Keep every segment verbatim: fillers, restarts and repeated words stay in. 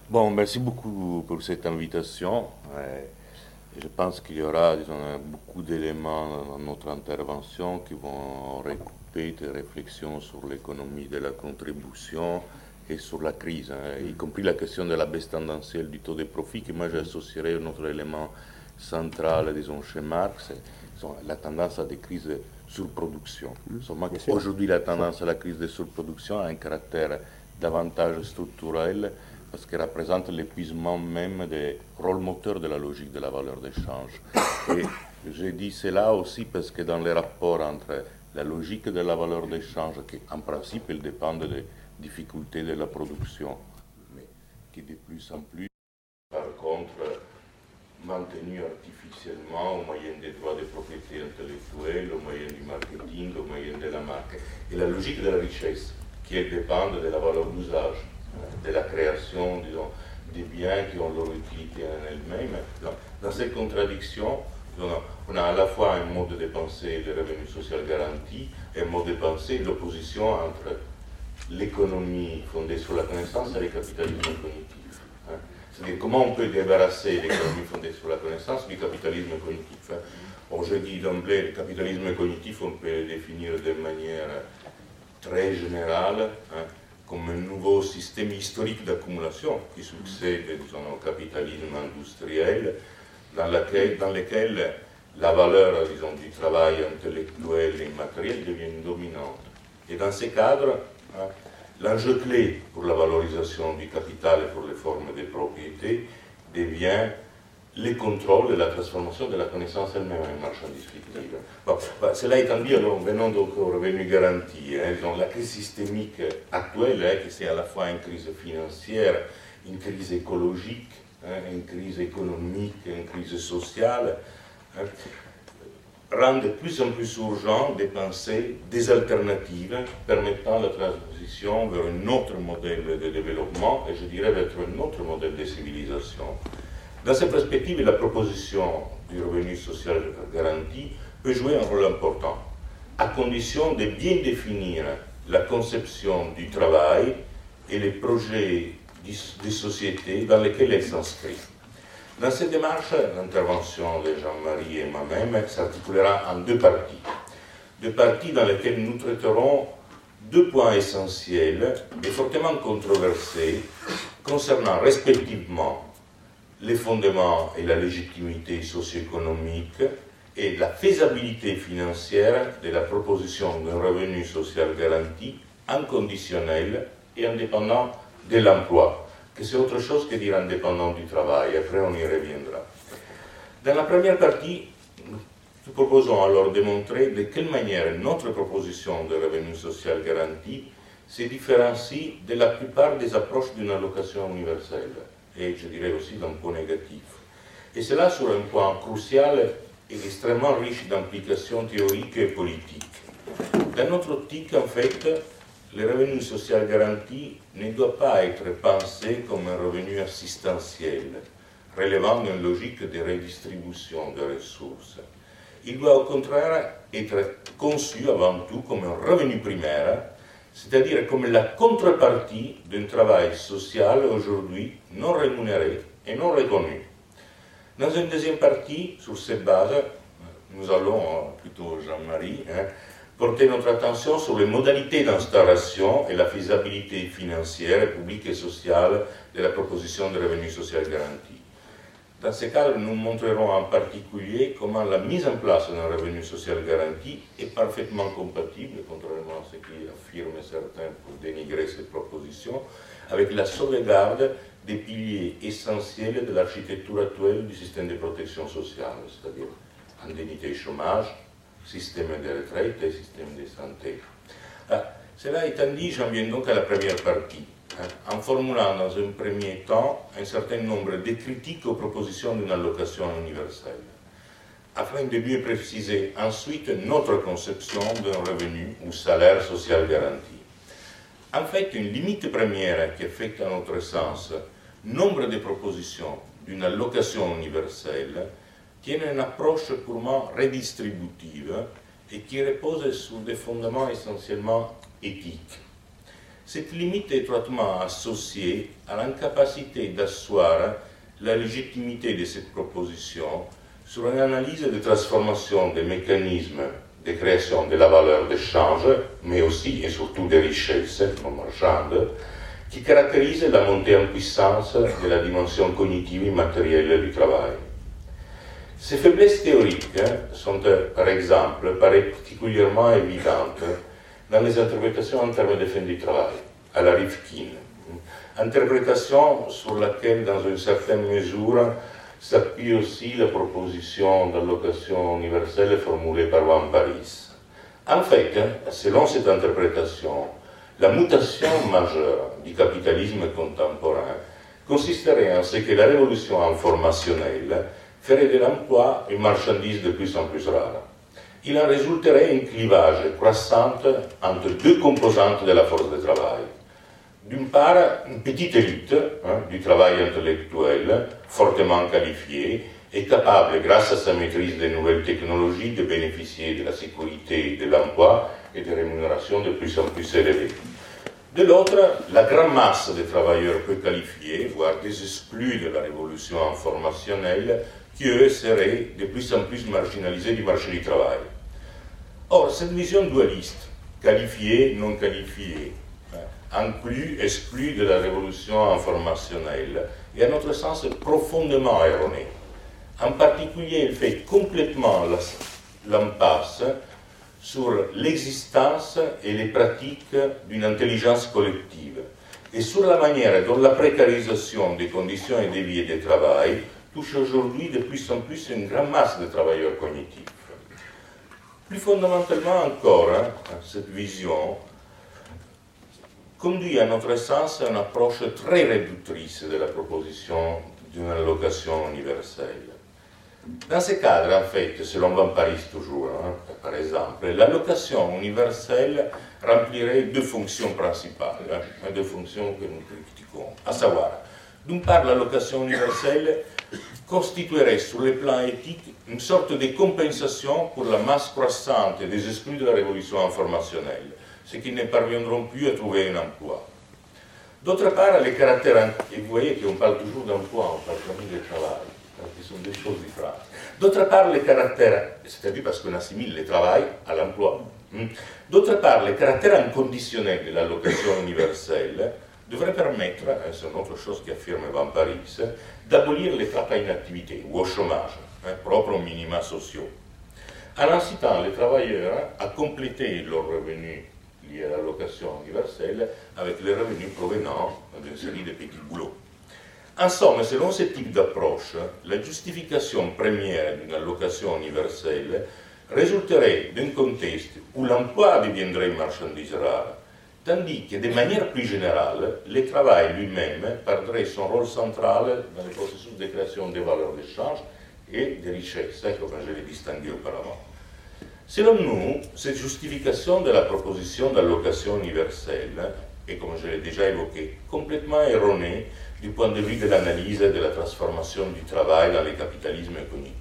Bon, merci beaucoup pour cette invitation. Euh, je pense qu'il y aura, disons, beaucoup d'éléments dans notre intervention qui vont recouper des réflexions sur l'économie de la contribution et sur la crise, hein, y compris la question de la baisse tendancielle du taux de profit, que moi j'associerais à un autre élément central, disons, chez Marx, c'est disons, la tendance à des crises de surproduction. Seulement Bien sûr. qu'aujourd'hui, la tendance à la crise de surproduction a un caractère davantage structurel parce qu'elle représente l'épuisement même des rôles moteurs de la logique de la valeur d'échange. Et j'ai dit cela aussi parce que dans les rapports entre la logique de la valeur d'échange, qui en principe elle dépend des difficultés de la production, mais qui de plus en plus, par contre, maintenue artificiellement au moyen des droits de propriété intellectuelle, au moyen du marketing, au moyen de la marque, et la logique de la richesse, qui dépend de la valeur d'usage, de la création, disons, des biens qui ont leur utilité en elles-mêmes. Dans cette contradiction, on a à la fois un mode de pensée, le revenu social garanti, et un mode de pensée, l'opposition entre l'économie fondée sur la connaissance et le capitalisme cognitif. C'est-à-dire comment on peut débarrasser l'économie fondée sur la connaissance du capitalisme cognitif. Bon, je dis d'emblée, le capitalisme cognitif, on peut le définir de manière très générale, hein, comme un nouveau système historique d'accumulation qui succède, disons, au capitalisme industriel, dans, laquelle, dans lequel la valeur, disons, du travail intellectuel et matériel devient dominante. Et dans ces cadres, hein, l'enjeu clé pour la valorisation du capital et pour les formes de propriété devient les contrôles et la transformation de la connaissance elle-même en marchandise fictive. Bon, bah, cela étant dit, alors venons donc au revenu garanti. Hein, donc, la crise systémique actuelle, hein, qui c'est à la fois une crise financière, une crise écologique, hein, une crise économique, une crise sociale, hein, rend de plus en plus urgent de penser des alternatives permettant la transition vers un autre modèle de développement, et je dirais vers un autre modèle de civilisation. Dans cette perspective, la proposition du revenu social garanti peut jouer un rôle important, à condition de bien définir la conception du travail et les projets des sociétés dans lesquels elle s'inscrit. Dans cette démarche, l'intervention de Jean-Marie et moi-même s'articulera en deux parties. Deux parties dans lesquelles nous traiterons deux points essentiels et fortement controversés concernant respectivement les fondements et la légitimité socio-économique et la faisabilité financière de la proposition d'un revenu social garanti inconditionnel et indépendant de l'emploi, que c'est autre chose que dire indépendant du travail. Après, on y reviendra. Dans la première partie, nous proposons alors de montrer de quelle manière notre proposition de revenu social garanti se différencie de la plupart des approches d'une allocation universelle, et je dirais aussi d'un point négatif. Et cela sur un point crucial et extrêmement riche d'implications théoriques et politiques. Dans notre optique, en fait, le revenu social garanti ne doit pas être pensé comme un revenu assistentiel, relevant d'une logique de redistribution des ressources. Il doit au contraire être conçu avant tout comme un revenu primaire, c'est-à-dire comme la contrepartie d'un travail social aujourd'hui non rémunéré et non reconnu. Dans une deuxième partie, sur cette base, nous allons, plutôt Jean-Marie, hein, porter notre attention sur les modalités d'installation et la faisabilité financière, publique et sociale de la proposition de revenu social garanti. Dans ce cadre, nous montrerons en particulier comment la mise en place d'un revenu social garanti est parfaitement compatible, contrairement à ce qu'affirment certains pour dénigrer cette proposition, avec la sauvegarde des piliers essentiels de l'architecture actuelle du système de protection sociale, c'est-à-dire indemnité chômage, système de retraite et système de santé. Ah, cela étant dit, j'en viens donc à la première partie, hein, en formulant dans un premier temps un certain nombre de critiques aux propositions d'une allocation universelle, afin de mieux préciser ensuite notre conception d'un revenu ou salaire social garanti. En fait, une limite première qui affecte à notre sens nombre de propositions d'une allocation universelle tiene une approche purement redistributive et qui repose sur des fondements essentiellement éthiques. cette limite est étroitement associée à l'incapacité d'asseoir la légitimité de cette proposition sur une analyse de transformation des mécanismes de création de la valeur d'échange, mais aussi et surtout des richesses non marchandes, qui caractérisent la montée en puissance de la dimension cognitive immatérielle du travail. Ces faiblesses théoriques sont, par exemple, particulièrement évidentes dans les interprétations en termes de fin du travail, à la Rifkin, interprétation sur laquelle, dans une certaine mesure, s'appuie aussi la proposition d'allocation universelle formulée par Van Parijs. En fait, selon cette interprétation, la mutation majeure du capitalisme contemporain consisterait en ce que la révolution informationnelle ferait de l'emploi une marchandise de plus en plus rare. Il en résulterait un clivage croissant entre deux composantes de la force de travail. D'une part, une petite élite hein, du travail intellectuel, fortement qualifiée et capable, grâce à sa maîtrise des nouvelles technologies, de bénéficier de la sécurité de l'emploi et de rémunérations de plus en plus élevées. De l'autre, la grande masse des travailleurs peu qualifiés, voire des exclus de la révolution informationnelle, qui eux seraient de plus en plus marginalisés du marché du travail. Or, cette vision dualiste, qualifiée, non qualifiée, inclus, exclu de la révolution informationnelle, est à notre sens profondément erronée. En particulier, elle fait complètement l'impasse sur l'existence et les pratiques d'une intelligence collective et sur la manière dont la précarisation des conditions de vie et de travail touche aujourd'hui de plus en plus une grande masse de travailleurs cognitifs. Plus fondamentalement encore, hein, cette vision conduit à notre sens à une approche très réductrice de la proposition d'une allocation universelle. Dans ce cadre, en fait, selon Van Parijs toujours, hein, par exemple, l'allocation universelle remplirait deux fonctions principales, hein, deux fonctions que nous critiquons, à savoir, d'une part, l'allocation universelle constituerait sur le plan éthique une sorte de compensation pour la masse croissante des exclus de la révolution informationnelle, ceux qui ne parviendront plus à trouver un emploi. D'autre part, les caractères, et vous voyez qu'on parle toujours d'emploi, on parle jamais de travail, qui sont deux choses différentes. D'autre part, les caractères, c'est-à-dire parce qu'on assimile le travail à l'emploi. D'autre part, les caractères inconditionnels de l'allocation universelle devraient permettre, c'est une autre chose qu'affirme Van Parijs, d'abolir les trappes à inactivité ou au chômage, hein, propre aux minima sociaux, en incitant les travailleurs à compléter leurs revenus liés à l'allocation universelle avec les revenus provenant d'une série de petits boulots. En somme, selon ce type d'approche, la justification première d'une allocation universelle résulterait d'un contexte où l'emploi deviendrait une marchandise rare, tandis que, de manière plus générale, le travail lui-même perdrait son rôle central dans le processus de création des valeurs d'échange et des richesses, comme je l'ai distingué auparavant. Selon nous, cette justification de la proposition d'allocation universelle est, comme je l'ai déjà évoqué, complètement erronée du point de vue de l'analyse de la transformation du travail dans le capitalisme cognitif.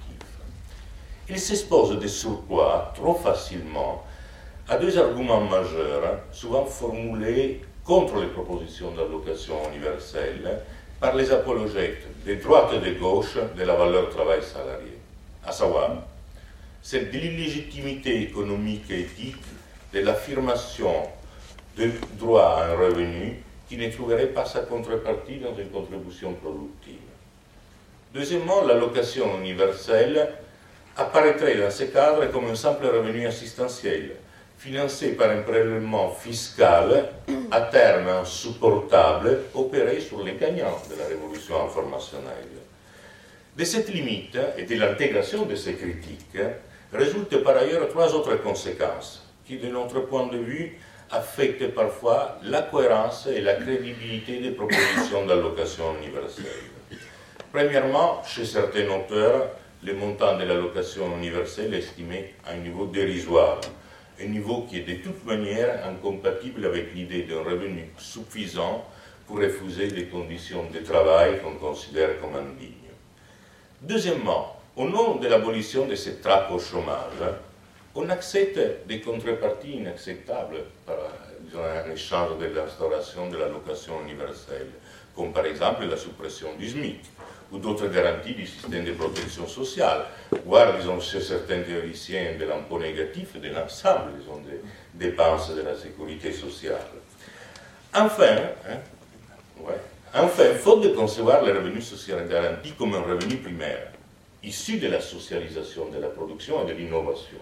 Il s'expose de surcroît trop facilement à deux arguments majeurs, souvent formulés contre les propositions d'allocation universelle par les apologètes de droite et de gauche de la valeur travail salarié, à savoir celle de l'illégitimité économique et éthique de l'affirmation du droit à un revenu qui ne trouverait pas sa contrepartie dans une contribution productive. Deuxièmement, l'allocation universelle apparaîtrait dans ce cadre comme un simple revenu assistentiel, financé par un prélèvement fiscal à terme insupportable opéré sur les gagnants de la révolution informationnelle. De cette limite et de l'intégration de ces critiques résultent par ailleurs trois autres conséquences qui, de notre point de vue, affectent parfois la cohérence et la crédibilité des propositions d'allocation universelle. Premièrement, chez certains auteurs, le montant de l'allocation universelle est estimé à un niveau dérisoire, un niveau qui est de toute manière incompatible avec l'idée d'un revenu suffisant pour refuser les conditions de travail qu'on considère comme indignes. Deuxièmement, au nom de l'abolition de cette trappe au chômage, on accepte des contreparties inacceptables par, en échange de l'instauration de l'allocation universelle, comme par exemple la suppression du SMIC, ou d'autres garanties du système de protection sociale, voire, disons, chez certains théoriciens de l'impôt négatif de l'ensemble, disons, des dépenses de la sécurité sociale. Enfin, hein, ouais, enfin, faute de concevoir le revenu social garanti comme un revenu primaire, issu de la socialisation de la production et de l'innovation,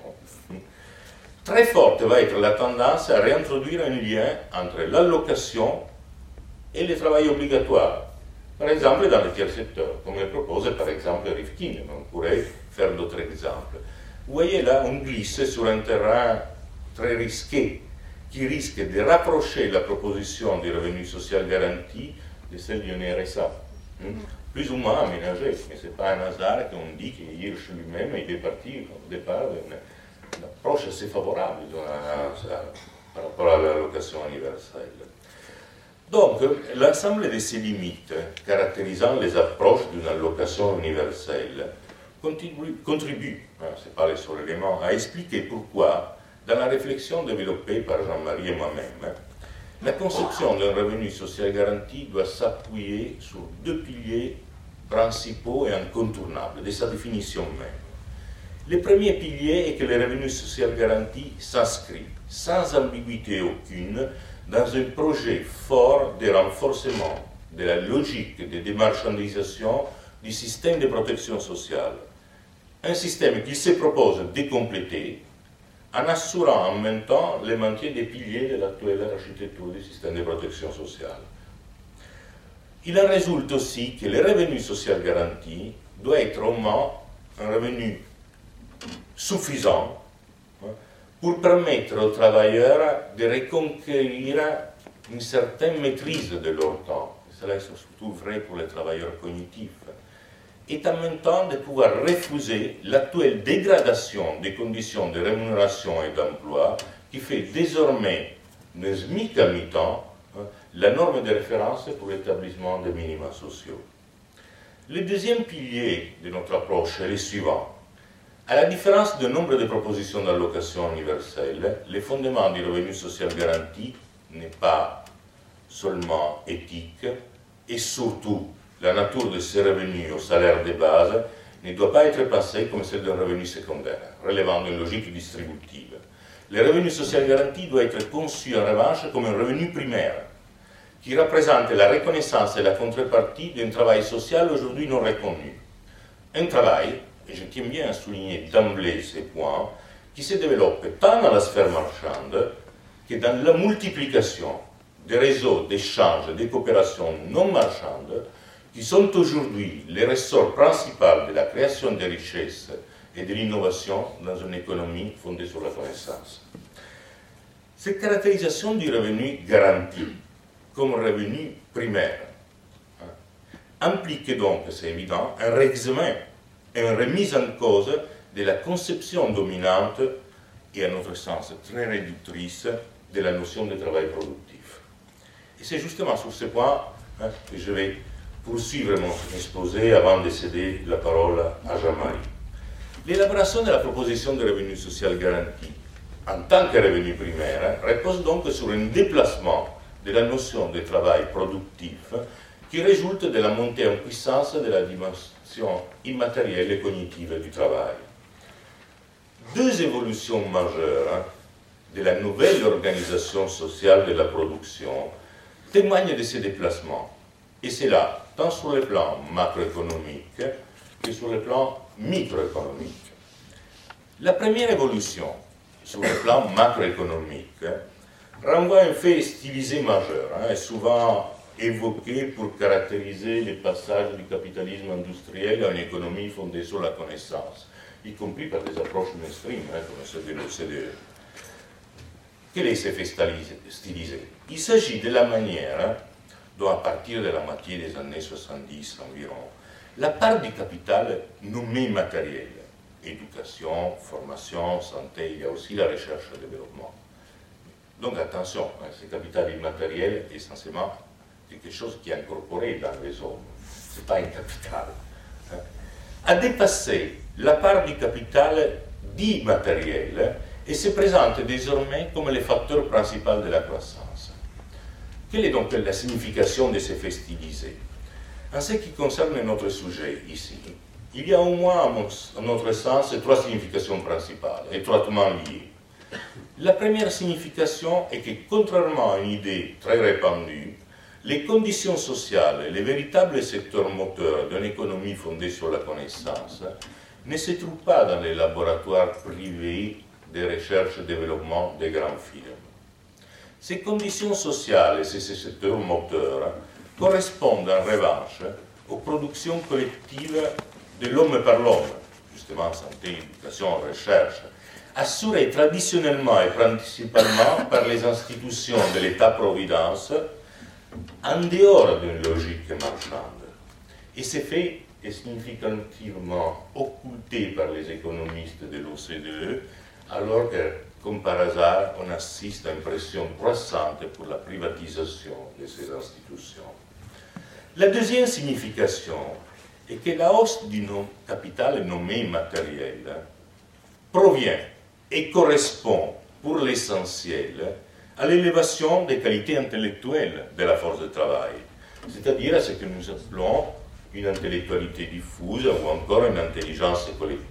très forte va être la tendance à réintroduire un lien entre l'allocation et le travail obligatoire. Par exemple, dans le tiers secteur, comme le propose par exemple Rifkin, mais on pourrait faire d'autres exemples. Vous voyez là, on glisse sur un terrain très risqué, qui risque de rapprocher la proposition du revenu social garanti de celle du R S A. Hmm? Plus ou moins aménagé, mais ce n'est pas un hasard qu'on dit que Hirsch lui-même il est parti au départ d'une approche assez favorable par rapport à l'allocation universelle. Donc, l'ensemble de ces limites caractérisant les approches d'une allocation universelle contribue, contribue hein, c'est pas les seuls éléments, à expliquer pourquoi, dans la réflexion développée par Jean-Marie et moi-même, la conception d'un revenu social garanti doit s'appuyer sur deux piliers principaux et incontournables de sa définition même. Le premier pilier est que le revenu social garanti s'inscrit, sans ambiguïté aucune, dans un projet fort de renforcement de la logique de démarchandisation du système de protection sociale. Un système qui se propose de compléter en assurant en même temps le maintien des piliers de l'actuelle architecture du système de protection sociale. Il en résulte aussi que le revenu social garanti doit être au moins un revenu suffisant pour permettre aux travailleurs de reconquérir une certaine maîtrise de leur temps. Cela est surtout vrai pour les travailleurs cognitifs. Et en même temps de pouvoir refuser l'actuelle dégradation des conditions de rémunération et d'emploi qui fait désormais le SMIC à mi-temps hein, la norme de référence pour l'établissement des minima sociaux. Le deuxième pilier de notre approche est le suivant. À la différence de nombre de propositions d'allocation universelle, le fondement du revenu social garanti n'est pas seulement éthique et surtout la nature de ces revenus au salaire de base ne doit pas être pensée comme celle d'un revenu secondaire, relevant d'une logique distributive. Le revenu social garanti doit être conçu en revanche comme un revenu primaire, qui représente la reconnaissance et la contrepartie d'un travail social aujourd'hui non reconnu. Un travail, et je tiens bien à souligner d'emblée ces points, qui se développe tant dans la sphère marchande que dans la multiplication des réseaux d'échanges et de coopération non marchandes qui sont aujourd'hui les ressorts principaux de la création de richesses et de l'innovation dans une économie fondée sur la connaissance. Cette caractérisation du revenu garanti comme revenu primaire hein, implique donc, c'est évident, un réexamen et une remise en cause de la conception dominante et à notre sens très réductrice de la notion de travail productif. Et c'est justement sur ce point hein, que je vais poursuivre mon exposé avant de céder la parole à Jean-Marie. L'élaboration de la proposition de revenu social garanti en tant que revenu primaire repose donc sur un déplacement de la notion de travail productif qui résulte de la montée en puissance de la dimension immatérielle et cognitive du travail. Deux évolutions majeures hein, de la nouvelle organisation sociale de la production témoignent de ces déplacements, et c'est là, tant sur le plan macroéconomique que sur le plan microéconomique. La première évolution, sur le plan macroéconomique, renvoie à un fait stylisé majeur, hein, et souvent évoqué pour caractériser le passage du capitalisme industriel à une économie fondée sur la connaissance, y compris par des approches mainstream, hein, comme celle de l'O C D E. Quel est ce fait stylisé? Il s'agit de la manière hein, dont, à partir de la moitié des années soixante-dix environ, la part du capital nommé matériel, éducation, formation, santé, il y a aussi la recherche et le développement. Donc attention, hein, ce capital immatériel est essentiellement quelque chose qui est incorporé dans les hommes, ce n'est pas un capital. Hein. A dépassé la part du capital dit matériel et se présente désormais comme le facteur principal de la croissance. Quelle est donc la signification de ces faits stylisés? En ce qui concerne notre sujet ici, il y a au moins, à, mon, à notre sens, trois significations principales, étroitement liées. La première signification est que, contrairement à une idée très répandue, les conditions sociales et les véritables secteurs moteurs d'une économie fondée sur la connaissance ne se trouvent pas dans les laboratoires privés de recherche et développement des grandes firmes. Ces conditions sociales et ces secteurs moteurs correspondent en revanche aux productions collectives de l'homme par l'homme, justement santé, éducation, recherche, assurées traditionnellement et principalement par les institutions de l'État-providence en dehors d'une logique marchande. Et ces faits est significativement occulté par les économistes de l'O C D E, alors que, comme par hasard, on assiste à une pression croissante pour la privatisation de ces institutions. La deuxième signification est que la hausse du capital nommé immatériel provient et correspond pour l'essentiel à l'élévation des qualités intellectuelles de la force de travail, c'est-à-dire à ce que nous appelons une intellectualité diffuse ou encore une intelligence collective.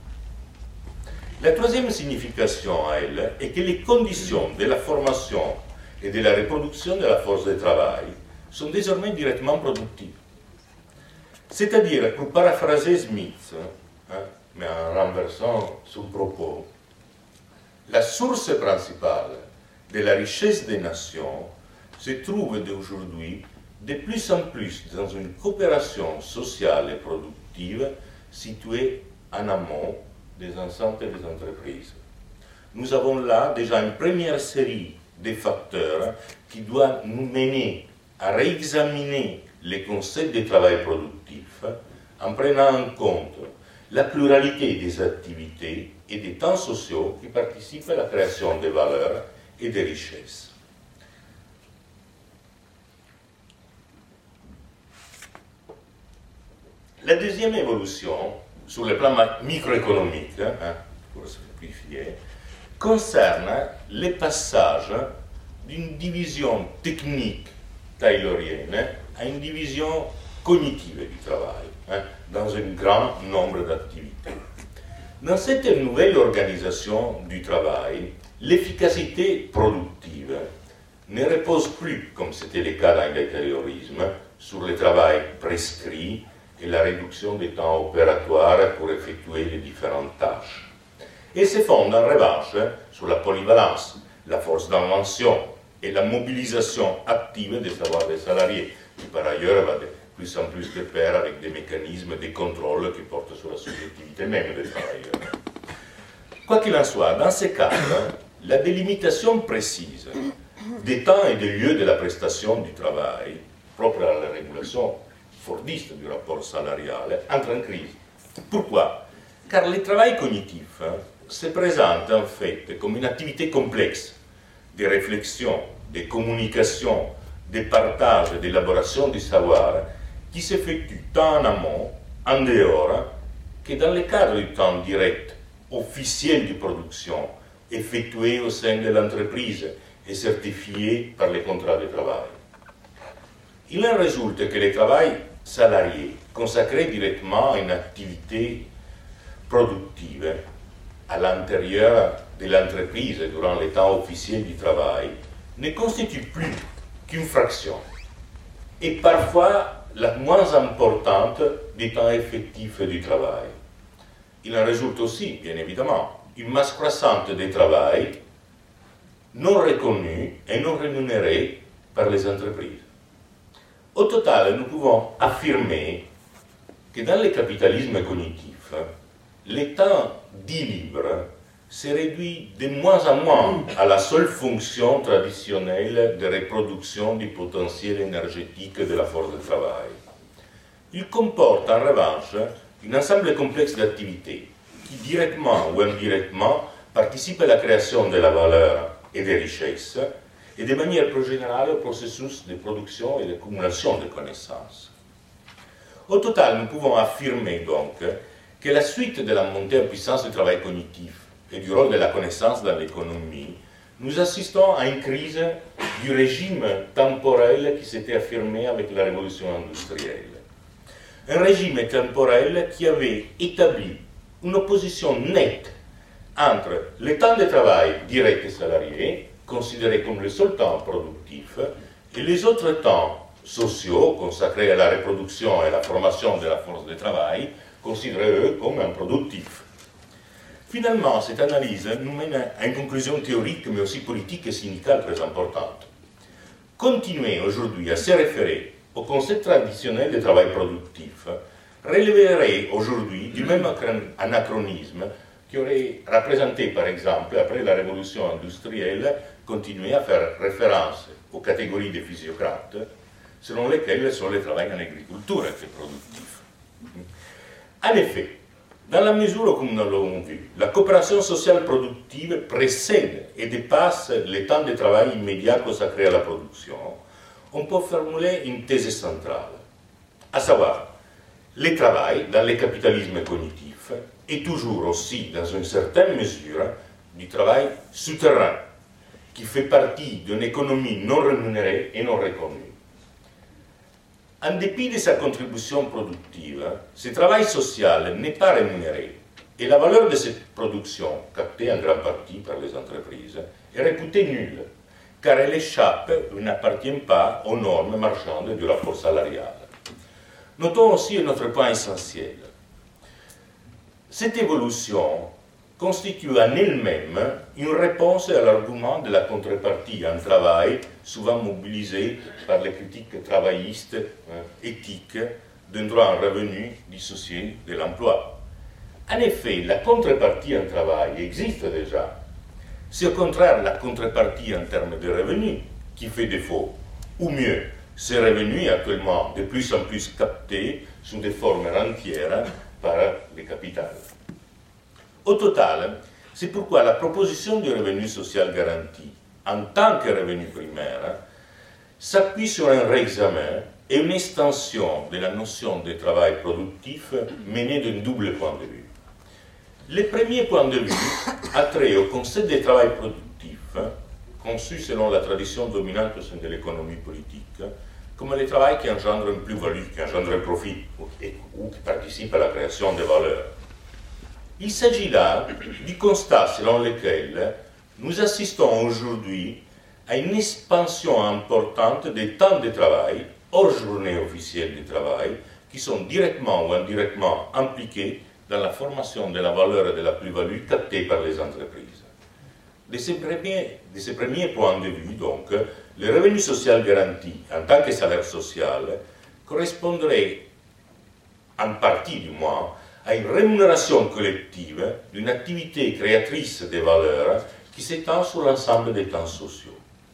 La troisième signification à elle est que les conditions de la formation et de la reproduction de la force de travail sont désormais directement productives. C'est-à-dire, pour paraphraser Smith, hein, mais en renversant son propos, la source principale de la richesse des nations se trouve d'aujourd'hui de plus en plus dans une coopération sociale et productive située en amont des enceintes des entreprises. Nous avons là déjà une première série de facteurs qui doivent nous mener à réexaminer les concepts de travail productif en prenant en compte la pluralité des activités et des temps sociaux qui participent à la création de valeurs et de richesses. La deuxième évolution, sur le plan microéconomique, hein, pour simplifier, concerne le passage d'une division technique taylorienne à une division cognitive du travail, hein, dans un grand nombre d'activités. Dans cette nouvelle organisation du travail, l'efficacité productive ne repose plus, comme c'était le cas dans le taylorisme, sur le travail prescrit et la réduction des temps opératoires pour effectuer les différentes tâches. Et se fonde en revanche sur la polyvalence, la force d'invention et la mobilisation active des savoirs des salariés, qui par ailleurs va de plus en plus de pair avec des mécanismes de contrôle qui portent sur la subjectivité même des travailleurs. Quoi qu'il en soit, dans ces cadres, la délimitation précise des temps et des lieux de la prestation du travail, propre à la régulation fordiste du rapport salarial, entre en crise. Pourquoi? Car le travail cognitif hein, se présente en fait comme une activité complexe de réflexion, de communication, de partage et d'élaboration du savoir qui s'effectue tant en amont, en dehors, que dans le cadre du temps direct, officiel de production, effectué au sein de l'entreprise et certifié par les contrats de travail. Il en résulte que le travail salarié, consacré directement à une activité productive à l'intérieur de l'entreprise durant les temps officiels du travail, ne constitue plus qu'une fraction, et parfois la moins importante des temps effectifs du travail. Il en résulte aussi, bien évidemment, une masse croissante de travail non reconnu et non rémunéré par les entreprises. Au total, nous pouvons affirmer que dans le capitalisme cognitif, le temps dit libre se réduit de moins en moins à la seule fonction traditionnelle de reproduction du potentiel énergétique de la force de travail. Il comporte en revanche un ensemble complexe d'activités qui, directement ou indirectement, participent à la création de la valeur et des richesses, et de manière plus générale au processus de production et d'accumulation de connaissances. Au total, nous pouvons affirmer donc que la suite de la montée en puissance du travail cognitif et du rôle de la connaissance dans l'économie, nous assistons à une crise du régime temporel qui s'était affirmé avec la révolution industrielle. Un régime temporel qui avait établi une opposition nette entre le temps de travail direct et salarié, considéré comme le seul temps productif, et les autres temps sociaux consacrés à la reproduction et à la formation de la force de travail, considérés eux comme improductifs. Finalement, cette analyse nous mène à une conclusion théorique, mais aussi politique et syndicale très importante. Continuer aujourd'hui à se référer au concept traditionnel de travail productif relèverait aujourd'hui du même anachronisme qui aurait représenté, par exemple, après la révolution industrielle, continuer à faire référence aux catégories de physiocrates, selon lesquelles sont les travail en agriculture qui est productif. En effet, dans la mesure où, comme nous l'avons vu, la coopération sociale productive précède et dépasse les temps de travail immédiat consacrés à la production, on peut formuler une thèse centrale, à savoir, le travail dans le capitalisme cognitif est toujours aussi, dans une certaine mesure, du travail souterrain, qui fait partie d'une économie non rémunérée et non reconnue. En dépit de sa contribution productive, ce travail social n'est pas rémunéré et la valeur de cette production, captée en grande partie par les entreprises, est réputée nulle, car elle échappe ou n'appartient pas aux normes marchandes du rapport salarial. Notons aussi un autre point essentiel. Cette évolution constitue en elle-même une réponse à l'argument de la contrepartie en travail, souvent mobilisé par les critiques travaillistes euh, éthiques d'un droit en revenu dissocié de l'emploi. En effet, la contrepartie en travail existe déjà. C'est au contraire la contrepartie en termes de revenus qui fait défaut, ou mieux, ces revenus actuellement de plus en plus captés sous des formes rentières par les capitales. Au total, c'est pourquoi la proposition du revenu social garanti, en tant que revenu primaire, s'appuie sur un réexamen et une extension de la notion de travail productif menée d'un double point de vue. Le premier point de vue a trait au concept de travail productif, conçu selon la tradition dominante au sein de l'économie politique, comme le travail qui engendre une plus-value, qui engendre un profit, ou, ou qui participe à la création de valeur. Il s'agit là du constat selon lequel nous assistons aujourd'hui à une expansion importante des temps de travail, hors journée officielle de travail, qui sont directement ou indirectement impliqués dans la formation de la valeur et de la plus-value captée par les entreprises. De ces premiers, de ces premiers points de vue, donc, le revenu social garanti, en tant que salaire social, correspondrait, en partie du moins, à une rémunération collective d'une activité créatrice de valeur qui s'étend sur l'ensemble des temps sociaux.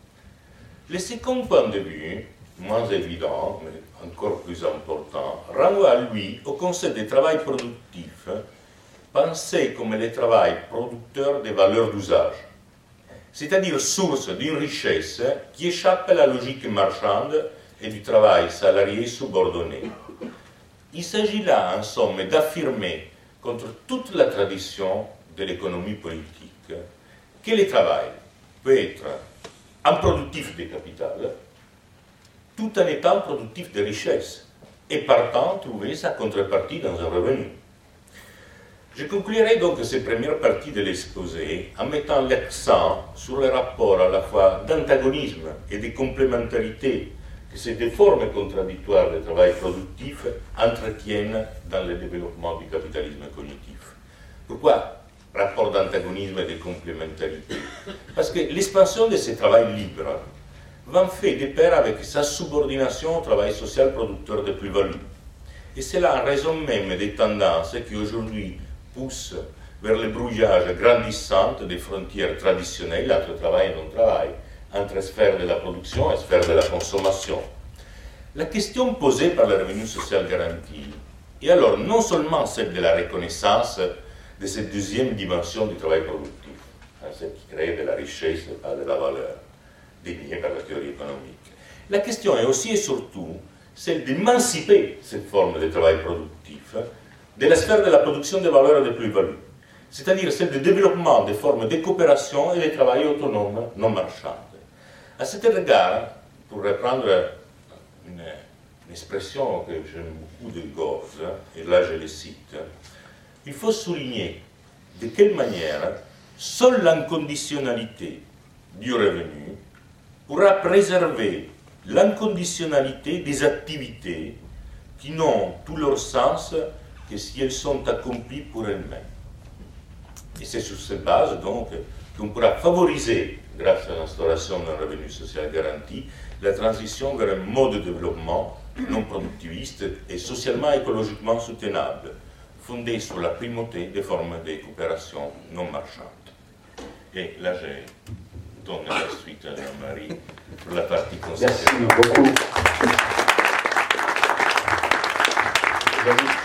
Le second point de vue, moins évident, mais encore plus important, renvoie lui au concept de travail productif, pensé comme le travail producteur de valeurs d'usage, c'est-à-dire source d'une richesse qui échappe à la logique marchande et du travail salarié subordonné. Il s'agit là, en somme, d'affirmer, contre toute la tradition de l'économie politique, que le travail peut être un productif de capital, tout en étant productif de richesse, et partant trouver sa contrepartie dans un revenu. Je conclurai donc cette première partie de l'exposé en mettant l'accent sur le rapport à la fois d'antagonisme et de complémentarité que ces deux formes contradictoires de travail productif entretiennent dans le développement du capitalisme cognitif. Pourquoi rapport d'antagonisme et de complémentarité? Parce que l'expansion de ce travail libre va en fait de pair avec sa subordination au travail social producteur de plus-value. Et c'est là en raison même des tendances qui aujourd'hui poussent vers le brouillage grandissant des frontières traditionnelles entre travail et non-travail, entre sphère de la production et sphère de la consommation. La question posée par le revenu social garanti est alors non seulement celle de la reconnaissance de cette deuxième dimension du travail productif, hein, celle qui crée de la richesse et pas de la valeur, déniée par la théorie économique. La question est aussi et surtout celle d'émanciper cette forme de travail productif de la sphère de la production de valeur et de plus-value, c'est-à-dire celle de développement des formes de coopération et de travail autonome non marchand. À cet égard, pour reprendre une, une expression que j'aime beaucoup de Goethe, et là je le cite, il faut souligner de quelle manière seule l'inconditionnalité du revenu pourra préserver l'inconditionnalité des activités qui n'ont tout leur sens que si elles sont accomplies pour elles-mêmes. Et c'est sur cette base donc qu'on pourra favoriser, grâce à l'instauration d'un revenu social garanti, la transition vers un mode de développement non productiviste et socialement et écologiquement soutenable, fondé sur la primauté des formes de coopération non marchandes. Et là, je donne la suite à Jean-Marie pour la partie concernée. Merci beaucoup.